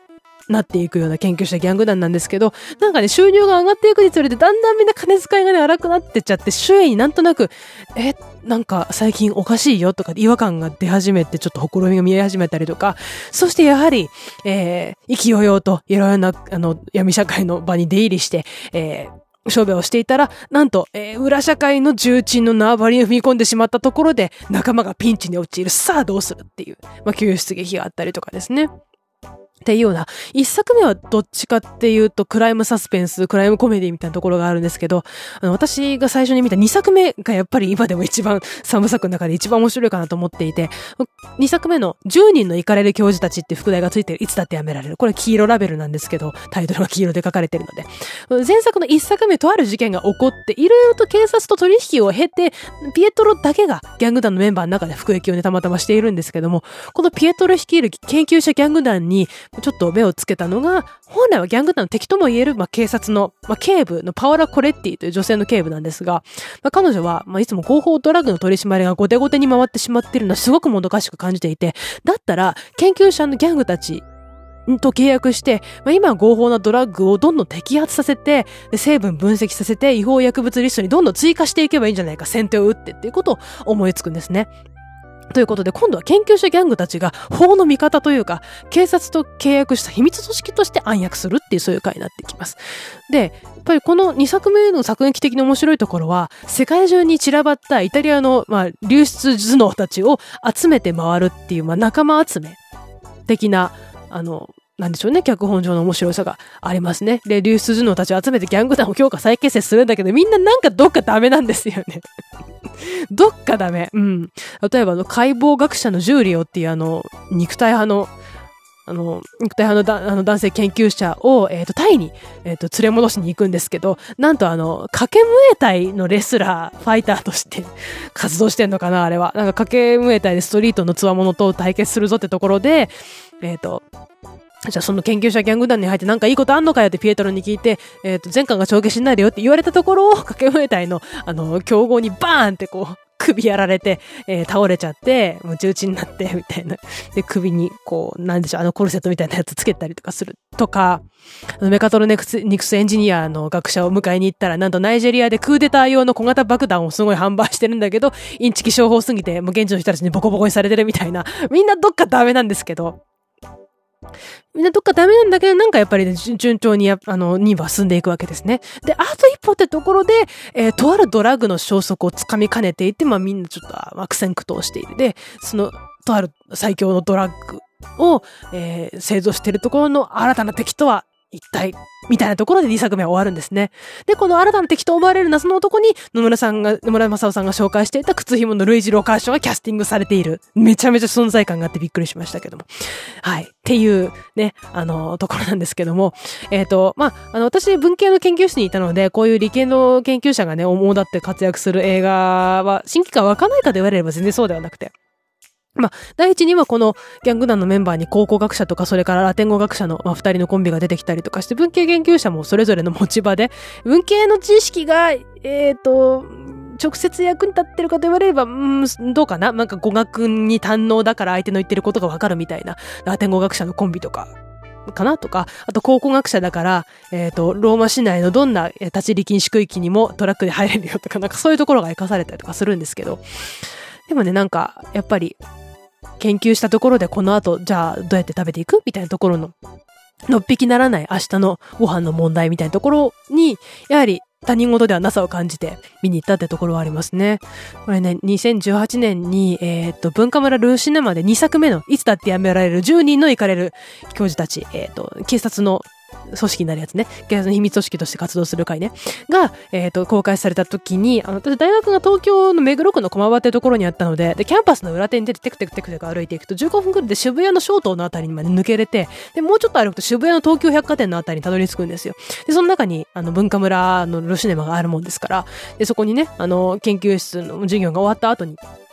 なっていくような研究者ギャング団なんですけど、なんかね、収入が上がっていくにつれて、だんだんみんな金遣いがね、荒くなってっちゃって、周囲になんとなく、え、なんか最近おかしいよとか、違和感が出始めて、ちょっとほころびが見え始めたりとか、そしてやはり、えー、意気揚々と、いろいろな、あの、闇社会の場に出入りして、えー、商売をしていたら、なんと、えー、裏社会の重鎮の縄張りに踏み込んでしまったところで、仲間がピンチに陥る。さあどうするっていう、まあ、救出劇があったりとかですね。っていうような、一作目はどっちかっていうと、クライムサスペンス、クライムコメディみたいなところがあるんですけど、あの、私が最初に見た二作目がやっぱり今でも一番、三部作の中で一番面白いかなと思っていて、二作目のじゅうにんのイカれる教授たちって副題がついてる、いつだってやめられる。これ黄色ラベルなんですけど、タイトルが黄色で書かれてるので。前作の一作目とある事件が起こって、いろいろと警察と取引を経て、ピエトロだけがギャング団のメンバーの中で服役をね、たまたましているんですけども、このピエトロ率いる研究者ギャング団に、ちょっと目をつけたのが、本来はギャング団の敵とも言える、まあ、警察の、まあ、警部のパオラ・コレッティという女性の警部なんですが、まあ、彼女は、まあ、いつも合法ドラッグの取り締まりが後手後手に回ってしまっているのはすごくもどかしく感じていて、だったら、研究者のギャングたちと契約して、まあ、今は合法なドラッグをどんどん摘発させて、成分分析させて、違法薬物リストにどんどん追加していけばいいんじゃないか、先手を打ってっていうことを思いつくんですね。ということで、今度は研究者ギャングたちが法の味方というか、警察と契約した秘密組織として暗躍するっていうそういう回になってきます。で、やっぱりこのにさくめの作劇的に面白いところは、世界中に散らばったイタリアの、まあ、流出頭脳たちを集めて回るっていう、まあ、仲間集め的な、あの、なんでしょうね、脚本上の面白さがありますね。で、流出頭脳たちを集めてギャング団を強化再結成するんだけど、みんななんかどっかダメなんですよね。どっかダメ。うん。例えばあの、解剖学者のジューリオっていうあの、肉体派の、あの、肉体派のだあの男性研究者を、えっと、タイに、えっと、連れ戻しに行くんですけど、なんとあの、掛けムエタイのレスラー、ファイターとして活動してんのかな、あれは。なんか掛けムエタイでストリートの強者と対決するぞってところで、えっと、じゃあその研究者ギャング団に入ってなんかいいことあんのかよってピエトロに聞いて、えっと、前回が帳消しになるよって言われたところを、掛けムエタイの、あの、競合にバーンってこう、首やられて、えー、倒れちゃって、もう重鎮になって、みたいな。で、首に、こう、なんでしょう、あのコルセットみたいなやつつけたりとかする。とか、メカトロニクス、ニクスエンジニアの学者を迎えに行ったら、なんとナイジェリアでクーデター用の小型爆弾をすごい販売してるんだけど、インチキ商法すぎて、もう現地の人たちにボコボコにされてるみたいな。みんなどっかダメなんですけど、みんなどっかダメなんだけど、なんかやっぱりね、順調にや、あの、任務は進んでいくわけですね。で、あと一歩ってところで、えー、とあるドラッグの消息をつかみかねていて、まあみんなちょっと悪戦苦闘している。で、その、とある最強のドラッグを、えー、製造しているところの新たな敵とは、一体、みたいなところでにさくめは終わるんですね。で、この新たな敵と思われる謎の男に、野村さんが、野村正夫さんが紹介していた靴紐のルイージ・ロカーションがキャスティングされている。めちゃめちゃ存在感があってびっくりしましたけども。はい。っていうね、あの、ところなんですけども。えっと、まあ、あの、私、文系の研究室にいたので、こういう理系の研究者がね、主だって活躍する映画は、新規か湧かないかで言われれば全然そうではなくて。まあ、第一にはこのギャング団のメンバーに考古学者とかそれからラテン語学者の、まあ、二人のコンビが出てきたりとかして文系研究者もそれぞれの持ち場で文系の知識が、えっと、直接役に立ってるかと言われれば、うん、どうかななんか語学に堪能だから相手の言ってることがわかるみたいなラテン語学者のコンビとか。かなとか、あと考古学者だから、えっと、ローマ市内のどんな立ち入り禁止区域にもトラックで入れるよとか、なんかそういうところが活かされたりとかするんですけど、でもね、なんか、やっぱり、研究したところでこの後、じゃあどうやって食べていくみたいなところの、のっぴきならない明日のご飯の問題みたいなところに、やはり他人事ではなさを感じて見に行ったってところはありますね。これね、にせんじゅうはちねんに、えー、っと、文化村ルーシネマでにさくめのいつだってやめられるじゅうにんの行かれる教授たち、えー、っと、警察の組織になるやつね。警察の秘密組織として活動する会ね。が、えっと、公開された時に、あの、私大学が東京の目黒区の駒場っていうところにあったので、で、キャンパスの裏手に出てテクテクテクテク歩いていくとじゅうごふんくらいで渋谷の小東のあたりにまで抜けれて、で、もうちょっと歩くと渋谷の東京百貨店のあたりにたどり着くんですよ。で、その中に、あの、文化村のルシネマがあるもんですから、で、そこにね、あの、研究室の授業が終わった後に、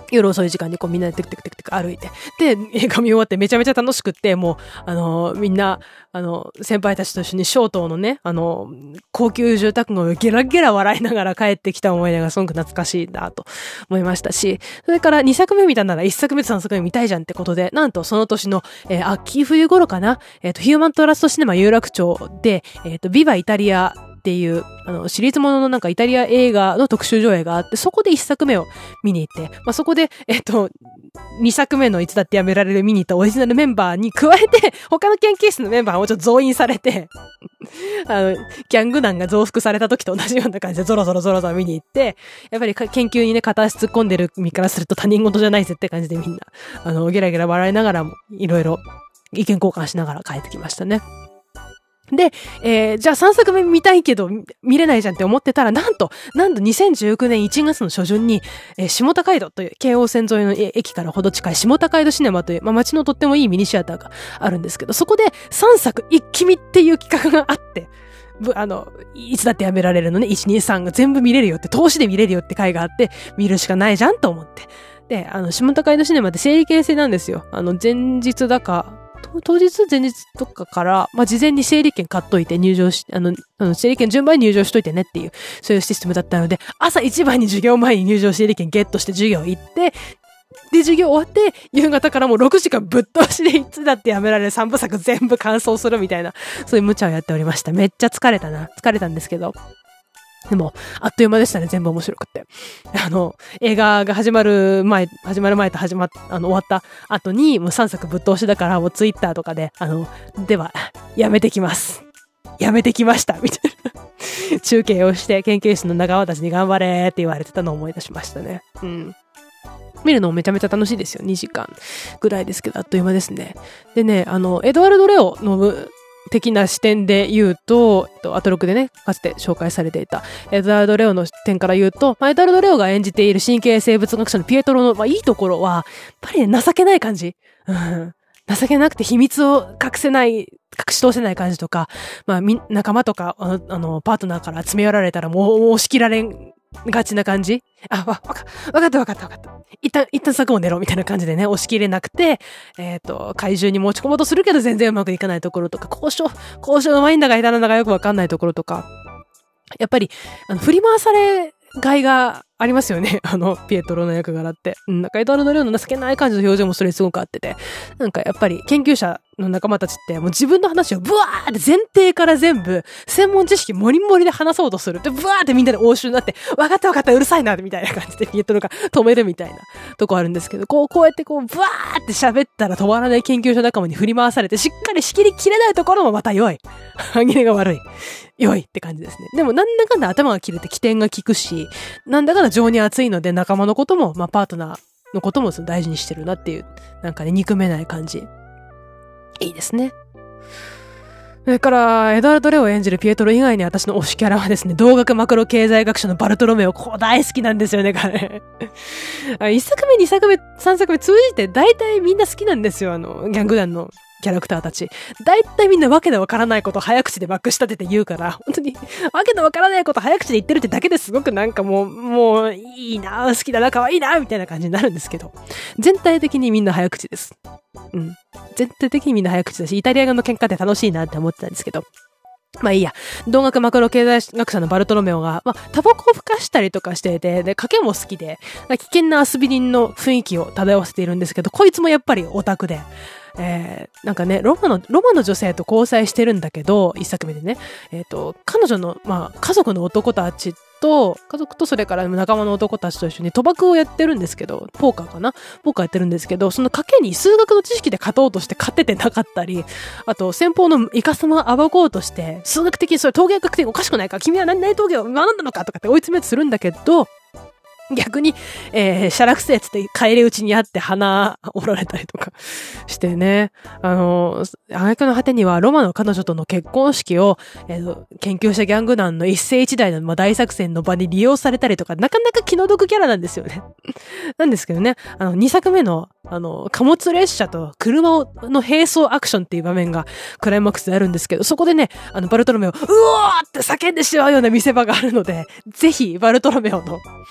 夜遅い時間にこうみんなでテクテクテクテク歩いて。で、映画見終わってめちゃめちゃ楽しくって、もう、あの、みんな、あの、先輩たちと一緒に小東のね、あの、高級住宅街をゲラゲラ笑いながら帰ってきた思い出がすごく懐かしいなと思いましたし、それからにさくめ見たならいっさくめとさんさくめ見たいじゃんってことで、なんとその年の、えー、秋冬頃かな、えっと、ヒューマントラストシネマ有楽町で、えっと、ビバイタリア、っていう、あの、シリーズもののなんかイタリア映画の特集上映があって、そこでいっさくめを見に行って、まあ、そこで、えっと、にさくめのいつだってやめられる見に行ったオリジナルメンバーに加えて、他の研究室のメンバーもちょっと増員されて、あの、ギャング団が増幅された時と同じような感じでゾロゾロゾロゾロ見に行って、やっぱり研究にね、片足突っ込んでる身からすると他人事じゃないぜって感じでみんな、あの、ゲラゲラ笑いながらも、いろいろ意見交換しながら帰ってきましたね。で、えー、じゃあさんさくめ見たいけど見れないじゃんって思ってたら、なんと、なんとにせんじゅうきゅうねんいちがつの初旬に、えー、下高井戸という京王線沿いの駅からほど近い下高井戸シネマという、まあ、街のとってもいいミニシアターがあるんですけど、そこでさんさく一気見っていう企画があって、あの、いつだってやめられるのね、いち、に、さんが全部見れるよって、投資で見れるよって回があって、見るしかないじゃんと思って。で、あの、下高井戸シネマって整理形成なんですよ。あの、前日だか、当日前日とかから、まあ、事前に整理券買っといて入場し、あの、あの整理券順番に入場しといてねっていう、そういうシステムだったので、朝一番に授業前に入場整理券ゲットして授業行って、で、授業終わって、夕方からもうろくじかんぶっ通しでいつだってやめられるさんぶさく全部完走するみたいな、そういう無茶をやっておりました。めっちゃ疲れたな。疲れたんですけど。でも、あっという間でしたね、全部面白くって。あの、映画が始まる前、始まる前と始まっ、あの、終わった後に、もうさんさくぶっ通しだから、もうツイッターとかで、あの、では、やめてきます。やめてきました、みたいな。中継をして、研究室の仲間たちに頑張れって言われてたのを思い出しましたね。うん。見るのもめちゃめちゃ楽しいですよ。にじかんぐらいですけど、あっという間ですね。でね、あの、エドワルド・レオの、的な視点で言うと、アトロクでね、かつて紹介されていたエドワルド・レオの視点から言うと、まあ、エドワルド・レオが演じている神経生物学者のピエトロの、まあ、いいところは、やっぱりね、情けない感じ。うん。情けなくて秘密を隠せない、隠し通せない感じとか、まあ、み、仲間とか、あの、あのパートナーから詰め寄られたらもう、もう押し切られんがちな感じ。あ、わ、わか、わかったわかったわかった。一旦、一旦柵を寝ろみたいな感じでね、押し切れなくて、えっと、怪獣に持ち込もうとするけど全然うまくいかないところとか、交渉、交渉のマインダーが下手なんだかよくわかんないところとか、やっぱり、あの、振り回されがいがありますよね。あの、ピエトロの役柄って。うん、なんかエドワルド・レオの情けない感じの表情もそれすごく合ってて。なんかやっぱり研究者の仲間たちってもう自分の話をブワーって前提から全部専門知識モリモリで話そうとする。で、ブワーってみんなで応酬になって、わかったわかったうるさいなみたいな感じでピエトロが止めるみたいなとこあるんですけど、こう、こうやってこう、ブワーって喋ったら止まらない研究者仲間に振り回されてしっかり仕切りきれないところもまた良い。歯切れが悪い。良いって感じですね。でもなんだかんだ頭が切れて起点が効くし、なんだかんだ情に熱いので仲間のことも、まあパートナーのことも大事にしてるなっていう、なんかね、憎めない感じ。いいですね。それから、エドワルド・レオを演じるピエトロ以外に私の推しキャラはですね、同学マクロ経済学者のバルトロメオ、こう大好きなんですよね、彼。一作目、二作目、三作目通じて大体みんな好きなんですよ、あの、ギャング団のキャラクターたち。大体みんなわけのわからないことを早口でまくし立てて言うから、本当にわけのわからないことを早口で言ってるってだけですごくなんかもう、もういいな、好きだな、可愛いな、みたいな感じになるんですけど、全体的にみんな早口です。うん。全体的にみんな早口だし、イタリア語の喧嘩って楽しいなって思ってたんですけど、まあいいや。同学マクロ経済学者のバルトロメオが、まあ、タバコをふかしたりとかしていて、で、賭けも好きで、危険な遊び人の雰囲気を漂わせているんですけど、こいつもやっぱりオタクで、えー、なんかね、ロマの、ロマの女性と交際してるんだけど、一作目でね、えっと、彼女の、まあ、家族の男たちと、家族とそれから仲間の男たちと一緒に賭博をやってるんですけど、ポーカーかなポーカーやってるんですけど、その賭けに数学の知識で勝とうとして勝ててなかったり、あと先方のイカサマを暴こうとして、数学的にそれ統計学的におかしくないか君は何々統計を学んだのかとかって追い詰めようとするんだけど、逆に、えー、シャラクセーつって帰り討ちにあって鼻折られたりとかしてね。あの、挙句の果てにはロマの彼女との結婚式を、えー、研究者ギャング団の一世一代の、まあ、大作戦の場に利用されたりとか、なかなか気の毒キャラなんですよね。なんですけどね、あの、二作目の、あの、貨物列車と車をの並走アクションっていう場面がクライマックスであるんですけど、そこでね、あの、バルトロメオ、うおーって叫んでしまうような見せ場があるので、ぜひ、バルトロメオの一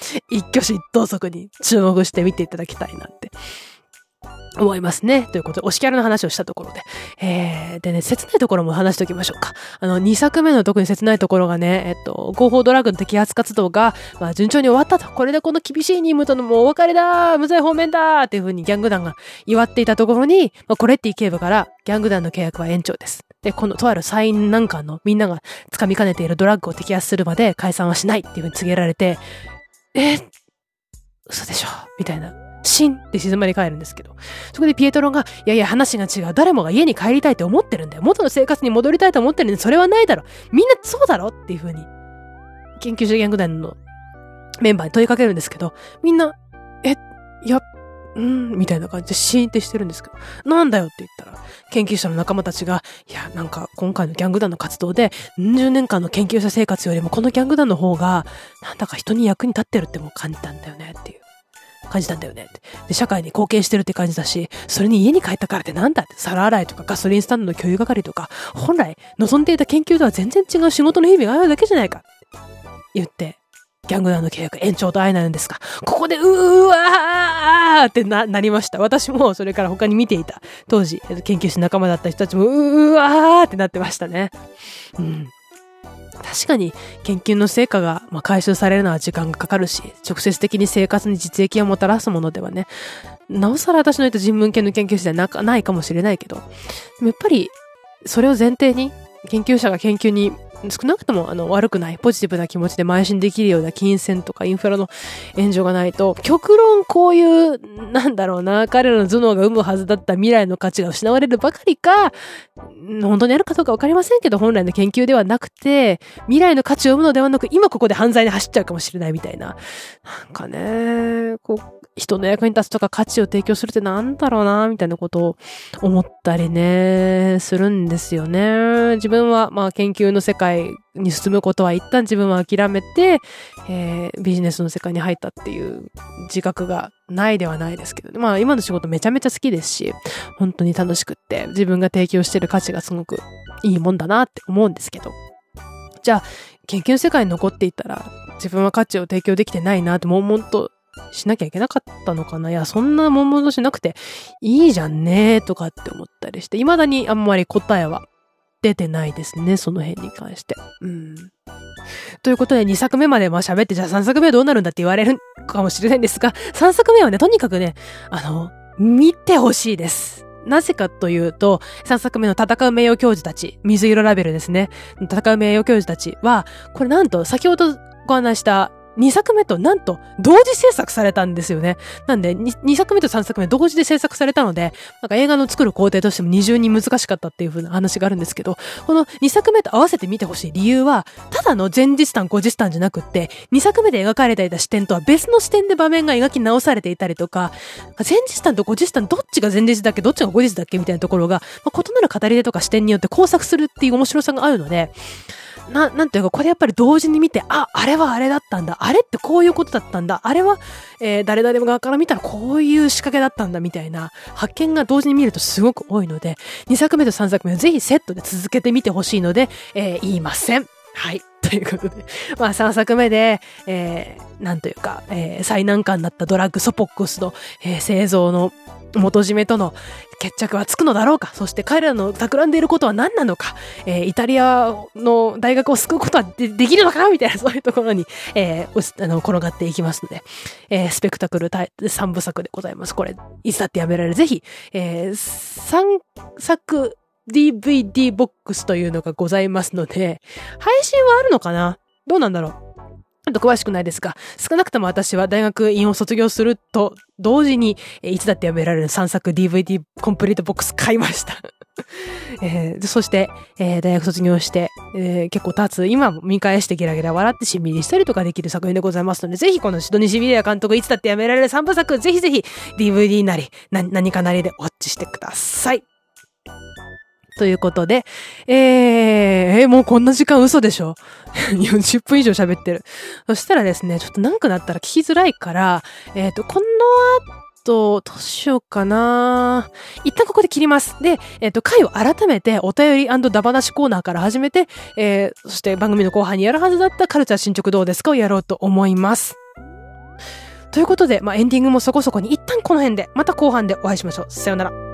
挙手一投足に注目して見ていただきたいなって思いますね。ということで、推しキャラの話をしたところで。えー、でね、切ないところも話しておきましょうか。あの、にさくめの特に切ないところがね、えっと、合法ドラッグの摘発活動が、まあ、順調に終わったと。これでこの厳しい任務とのもうお別れだ無罪放免だっていう風にギャング団が祝っていたところに、まあ、コレッティ警部から、ギャング団の契約は延長です。で、このとある最難関のみんなが掴みかねているドラッグを摘発するまで解散はしないっていう風に告げられて、え、嘘でしょみたいな。シンって静まり返るんですけど。そこでピエトロが、いやいや話が違う。誰もが家に帰りたいと思ってるんだよ。元の生活に戻りたいと思ってるんで、それはないだろ。みんなそうだろっていう風に、研究所ギャング団のメンバーに問いかけるんですけど、みんな、え、いや、うーん、みたいな感じでシーンってしてるんですけど、なんだよって言ったら、研究者の仲間たちが、いや、なんか今回のギャング団の活動で、何十年間の研究者生活よりもこのギャング団の方が、なんだか人に役に立ってるっても感じたんだよねっていう。感じたんだよねって。で、社会に貢献してるって感じだし、それに家に帰ったからってなんだって、皿洗いとかガソリンスタンドの共有係とか、本来望んでいた研究とは全然違う仕事の日々があるだけじゃないかって言って、ギャング団の契約延長と会えないんですが、ここでうーわーってな、なりました。私もそれから他に見ていた当時、研究室仲間だった人たちもうーわーってなってましたね。うん。確かに研究の成果が、まあ、回収されるのは時間がかかるし、直接的に生活に実益をもたらすものではね、なおさら私の言った人文系の研究室ではなかないかもしれないけど、でもやっぱりそれを前提に研究者が研究に少なくともあの悪くないポジティブな気持ちで邁進できるような金銭とかインフラの援助がないと、極論こういうなんだろうな、彼らの頭脳が生むはずだった未来の価値が失われるばかりか、本当にあるかどうかわかりませんけど、本来の研究ではなくて未来の価値を生むのではなく、今ここで犯罪に走っちゃうかもしれないみたいな、なんかね、こう人の役に立つとか価値を提供するってなんだろうなみたいなことを思ったりねするんですよね。自分はまあ研究の世界に進むことは一旦自分は諦めて、えー、ビジネスの世界に入ったっていう自覚がないではないですけど、ね、まあ今の仕事めちゃめちゃ好きですし、本当に楽しくって自分が提供してる価値がすごくいいもんだなって思うんですけど、じゃあ研究の世界に残っていたら自分は価値を提供できてないなって悶々としなきゃいけなかったのかな。いや、そんな悶々としなくていいじゃんねとかって思ったりして、未だにあんまり答えは出てないですね、その辺に関して。うん。ということでにさくめまでまあ喋って、じゃあさんさくめはどうなるんだって言われるかもしれないんですが、さんさくめはね、とにかくね、あの、見てほしいです。なぜかというと、さんさくめの戦う名誉教授たち、水色ラベルですね。戦う名誉教授たちは、これなんと先ほどご案内したにさくめとなんと同時制作されたんですよね。なんで 2, にさくめとさんさくめ同時で制作されたので、なんか映画の作る工程としても二重に難しかったっていう風な話があるんですけど、このにさくめと合わせて見てほしい理由は、ただの前日談後日談じゃなくって、にさくめで描かれていた視点とは別の視点で場面が描き直されていたりとか、前日談と後日談どっちが前日だっけどっちが後日だっけみたいなところが、まあ、異なる語り手とか視点によって工作するっていう面白さがあるので、な、なんていうか、これやっぱり同時に見て、あ、あれはあれだったんだ。あれってこういうことだったんだ。あれは、えー、誰々側から見たらこういう仕掛けだったんだみたいな発見が同時に見るとすごく多いので、にさくめとさんさくめはぜひセットで続けてみてほしいので、えー、言いません。はい。ということで。まあさんさくめで、えー、なんというか、えー、最難関だったドラッグソポックスの、えー、製造の元締めとの決着はつくのだろうか。そして彼らの企んでいることは何なのか。えー、イタリアの大学を救うことは で, できるのかみたいな、そういうところに、えー、あの転がっていきますので、えー、スペクタクルさんぶさくでございます。これ、いつだってやめられる。ぜひ、えー、さんさくディーブイディー ボックスというのがございますので、配信はあるのかな？どうなんだろう？ちょっと詳しくないですが、少なくとも私は大学院を卒業すると同時に、えー、いつだってやめられるさんさく ディーブイディー コンプリートボックス買いました、えー、そして、えー、大学卒業して、えー、結構経つ今見返してゲラゲラ笑ってしんみりしたりとかできる作品でございますので、ぜひこのシドニー・シビリア監督いつだってやめられるさんぶさく、ぜひぜひ ディーブイディー なりな何かなりでウォッチしてください。ということで、えー、えー、もうこんな時間嘘でしょよんじゅっぷん以上喋ってる。そしたらですね、ちょっと長くなったら聞きづらいから、えっと、この後、どうしようかな。一旦ここで切ります。で、えっと、回を改めてお便り&ダバなしコーナーから始めて、えー、そして番組の後半にやるはずだったカルチャー進捗どうですかをやろうと思います。 ということで、まあ、エンディングもそこそこに一旦この辺で、また後半でお会いしましょう。さようなら。